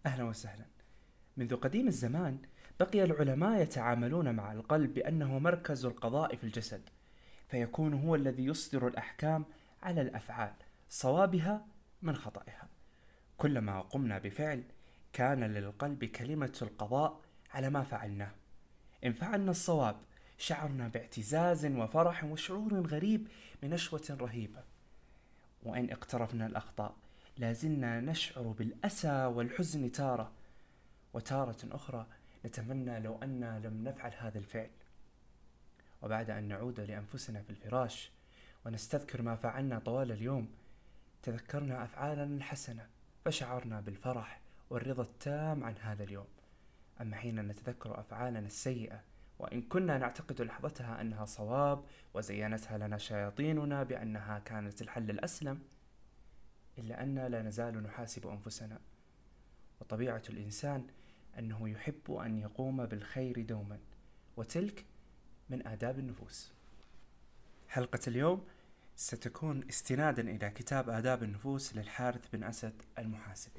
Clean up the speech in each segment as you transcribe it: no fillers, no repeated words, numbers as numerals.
أهلا وسهلا. منذ قديم الزمان بقي العلماء يتعاملون مع القلب بأنه مركز القضاء في الجسد، فيكون هو الذي يصدر الأحكام على الأفعال، صوابها من خطئها. كلما قمنا بفعل كان للقلب كلمة القضاء على ما فعلناه. إن فعلنا الصواب شعرنا باعتزاز وفرح وشعور غريب من نشوة رهيبة، وإن اقترفنا الأخطاء لازلنا نشعر بالأسى والحزن تارة، وتارة أخرى نتمنى لو أننا لم نفعل هذا الفعل. وبعد أن نعود لأنفسنا في الفراش ونستذكر ما فعلنا طوال اليوم تذكرنا أفعالنا الحسنة، فشعرنا بالفرح والرضا التام عن هذا اليوم. أما حين نتذكر أفعالنا السيئة وإن كنا نعتقد لحظتها أنها صواب وزينتها لنا شياطيننا بأنها كانت الحل الأسلم، إلا أننا لا نزال نحاسب أنفسنا. وطبيعة الإنسان أنه يحب أن يقوم بالخير دوما، وتلك من آداب النفوس. حلقة اليوم ستكون استنادا إلى كتاب آداب النفوس للحارث بن أسد المحاسبي.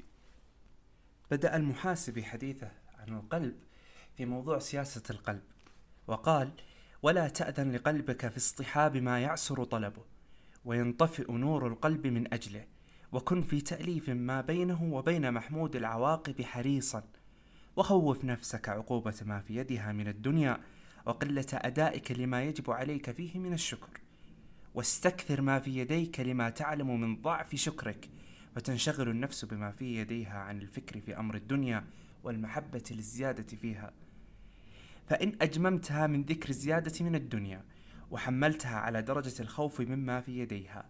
بدأ المحاسبي حديثه عن القلب في موضوع سياسة القلب، وقال: ولا تأذن لقلبك في اصطحاب ما يعسر طلبه وينطفئ نور القلب من أجله، وكن في تأليف ما بينه وبين محمود العواقب حريصا، وخوف نفسك عقوبة ما في يدها من الدنيا وقلة أدائك لما يجب عليك فيه من الشكر، واستكثر ما في يديك لما تعلم من ضعف شكرك، فتنشغل النفس بما في يديها عن الفكر في أمر الدنيا والمحبة للزيادة فيها. فإن أجممتها من ذكر الزيادة من الدنيا وحملتها على درجة الخوف مما في يديها،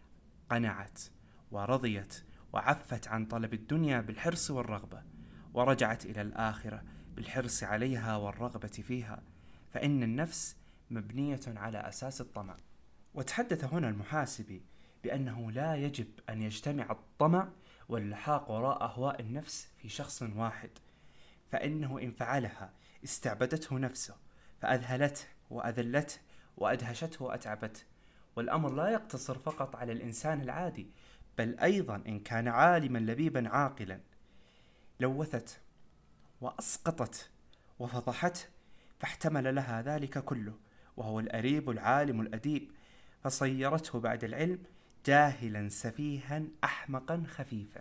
قنعت ورضيت وعفت عن طلب الدنيا بالحرص والرغبة، ورجعت إلى الآخرة بالحرص عليها والرغبة فيها، فإن النفس مبنية على أساس الطمع. وتحدث هنا المحاسبي بأنه لا يجب أن يجتمع الطمع واللحاق وراء أهواء النفس في شخص واحد، فإنه إن فعلها استعبدته نفسه فأذهلته وأذلته وأدهشته وأتعبته. والأمر لا يقتصر فقط على الإنسان العادي، بل أيضا إن كان عالما لبيبا عاقلا لوثته وأسقطت وفضحته، فاحتمل لها ذلك كله، وهو الأريب العالم الأديب، فصيرته بعد العلم جاهلا سفيها أحمقا خفيفا.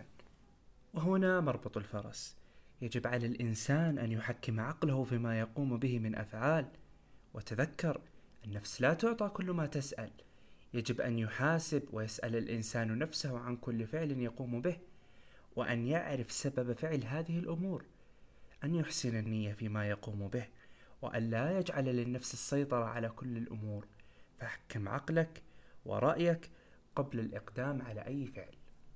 وهنا مربط الفرس. يجب على الإنسان أن يحكم عقله فيما يقوم به من أفعال، وتذكر النفس لا تعطى كل ما تسأل. يجب أن يحاسب ويسأل الإنسان نفسه عن كل فعل يقوم به، وأن يعرف سبب فعل هذه الأمور، أن يحسن النية فيما يقوم به، وأن لا يجعل للنفس السيطرة على كل الأمور. فاحكم عقلك ورأيك قبل الإقدام على أي فعل.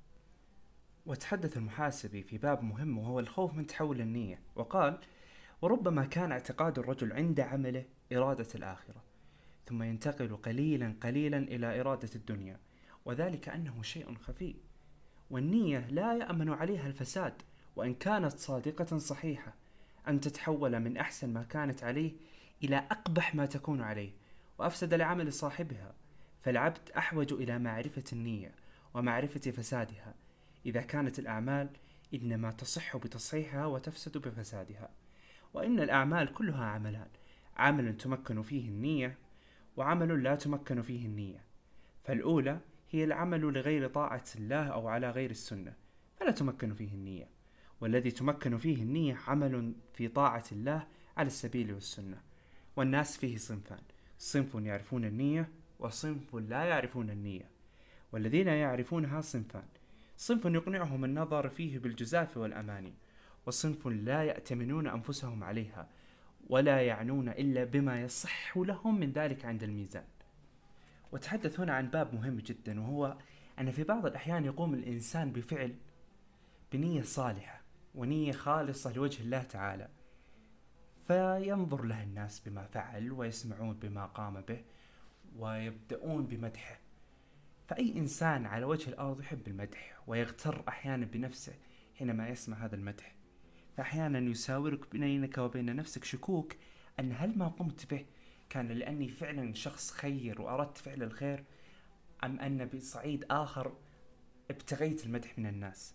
وتحدث المحاسبي في باب مهم وهو الخوف من تحول النية، وقال: وربما كان اعتقاد الرجل عند عمله إرادة الآخرة، ثم ينتقل قليلا قليلا إلى إرادة الدنيا، وذلك أنه شيء خفي، والنية لا يأمن عليها الفساد وإن كانت صادقة صحيحة، أن تتحول من أحسن ما كانت عليه إلى أقبح ما تكون عليه وأفسد لعمل صاحبها. فالعبد أحوج إلى معرفة النية ومعرفة فسادها، إذا كانت الأعمال إنما تصح بتصحيحها وتفسد بفسادها. وإن الأعمال كلها عملان: عمل تمكن فيه النية، وعمل لا تمكن فيه النية. فالأولى هي العمل لغير طاعة الله أو على غير السنة، فلا تمكن فيه النية، والذي تمكن فيه النية عمل في طاعة الله على السبيل والسنة. والناس فيه صنفان: صنف يعرفون النية وصنف لا يعرفون النية. والذين يعرفونها صنفان: صنف يقنعهم النظر فيه بالجزاف والأماني، وصنف لا يأتمنون أنفسهم عليها ولا يعنون إلا بما يصح لهم من ذلك عند الميزان. وتحدث هنا عن باب مهم جدا، وهو أن في بعض الأحيان يقوم الإنسان بفعل بنية صالحة ونية خالصة لوجه الله تعالى، فينظر له الناس بما فعل ويسمعون بما قام به ويبدأون بمدحه. فأي إنسان على وجه الأرض يحب المدح ويغتر أحيانا بنفسه حينما يسمع هذا المدح، فأحيانا يساورك بينك وبين نفسك شكوك أن هل ما قمت به كان لأني فعلا شخص خير وأردت فعل الخير، أم أن بصعيد آخر ابتغيت المدح من الناس.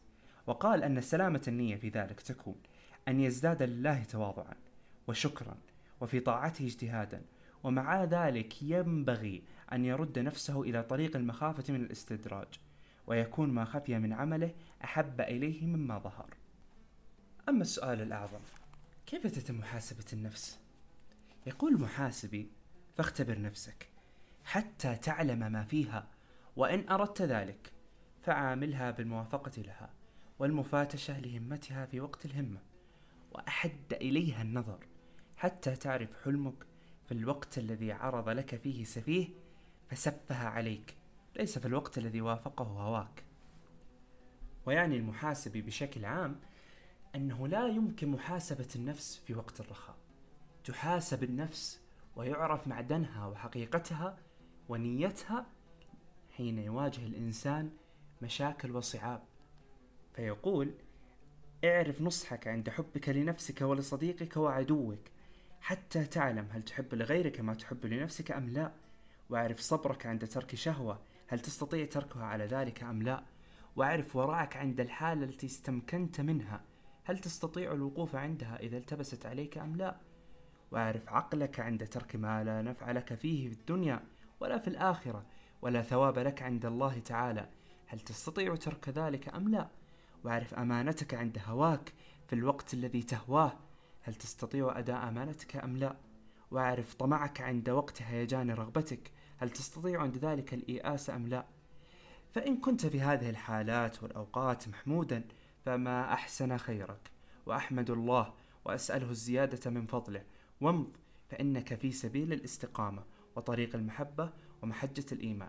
وقال أن سلامة النية في ذلك تكون أن يزداد لله تواضعا وشكرا وفي طاعته اجتهادا، ومع ذلك ينبغي أن يرد نفسه إلى طريق المخافة من الاستدراج، ويكون ما خفي من عمله أحب إليه مما ظهر. أما السؤال الأعظم: كيف تتم محاسبة النفس؟ يقول المحاسبي: فاختبر نفسك حتى تعلم ما فيها، وإن أردت ذلك فعاملها بالموافقة لها والمفاتشة لهمتها في وقت الهمة، وأحد إليها النظر حتى تعرف حلمك في الوقت الذي عرض لك فيه سفيه فسفه عليك، ليس في الوقت الذي وافقه هواك. ويعني المحاسبي بشكل عام أنه لا يمكن محاسبة النفس في وقت الرخاء. تحاسب النفس ويعرف معدنها وحقيقتها ونيتها حين يواجه الإنسان مشاكل وصعاب. فيقول: اعرف نصحك عند حبك لنفسك ولصديقك وعدوك حتى تعلم هل تحب لغيرك ما تحب لنفسك أم لا، واعرف صبرك عند ترك شهوة هل تستطيع تركها على ذلك أم لا، واعرف ورعك عند الحالة التي استمكنت منها هل تستطيع الوقوف عندها إذا التبست عليك أم لا، واعرف عقلك عند ترك ما لا نفع لك فيه في الدنيا ولا في الآخرة ولا ثواب لك عند الله تعالى هل تستطيع ترك ذلك أم لا، واعرف أمانتك عند هواك في الوقت الذي تهواه هل تستطيع أداء أمانتك أم لا، واعرف طمعك عند وقت هيجان رغبتك هل تستطيع عند ذلك الإياس أم لا. فإن كنت في هذه الحالات والأوقات محمودا فما أحسن خيرك، وأحمد الله وأسأله الزيادة من فضله، وامض فإنك في سبيل الاستقامة وطريق المحبة ومحجة الإيمان.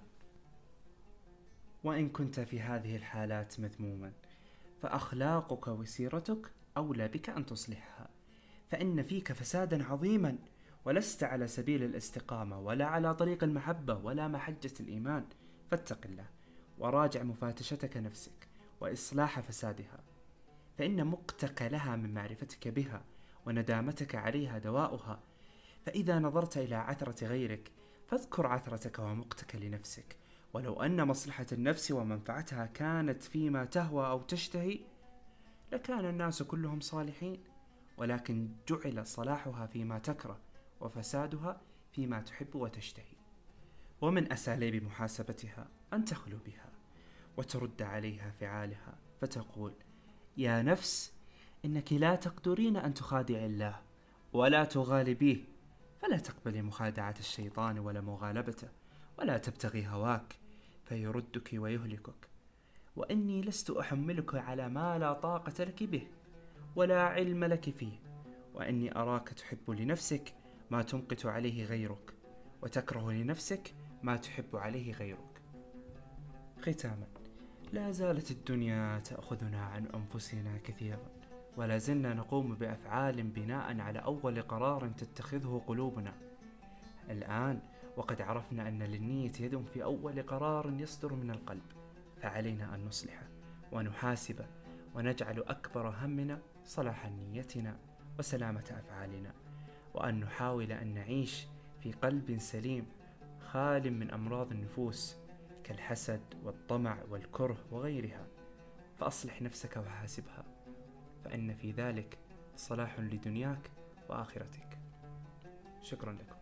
وإن كنت في هذه الحالات مذموما فأخلاقك وسيرتك أولى بك أن تصلحها، فإن فيك فسادا عظيما ولست على سبيل الاستقامة ولا على طريق المحبة ولا محجة الإيمان. فاتق الله وراجع مفاتشتك نفسك وإصلاح فسادها، فإن مقتك لها من معرفتك بها وندامتك عليها دواؤها. فإذا نظرت إلى عثرة غيرك فاذكر عثرتك ومقتك لنفسك، ولو أن مصلحة النفس ومنفعتها كانت فيما تهوى أو تشتهي لكان الناس كلهم صالحين، ولكن جعل صلاحها فيما تكره وفسادها فيما تحب وتشتهي. ومن أساليب محاسبتها أن تخلو بها وترد عليها فعالها فتقول: يا نفس، إنك لا تقدرين أن تخادعي الله ولا تغالبيه، فلا تقبلي مخادعة الشيطان ولا مغالبته، ولا تبتغي هواك فيردك ويهلكك. وإني لست أحملك على ما لا طاقة لك به ولا علم لك فيه، وإني أراك تحب لنفسك ما تمقت عليه غيرك وتكره لنفسك ما تحب عليه غيرك. ختاما، لا زالت الدنيا تأخذنا عن أنفسنا كثيرا، ولا زلنا نقوم بأفعال بناء على أول قرار تتخذه قلوبنا. الآن وقد عرفنا أن للنية يد في أول قرار يصدر من القلب، فعلينا أن نصلحه ونحاسبه ونجعل أكبر همنا صلاح نيتنا وسلامة أفعالنا، وأن نحاول أن نعيش في قلب سليم خال من أمراض النفوس كالحسد والطمع والكره وغيرها. فأصلح نفسك وحاسبها، فإن في ذلك صلاح لدنياك وآخرتك. شكرا لكم.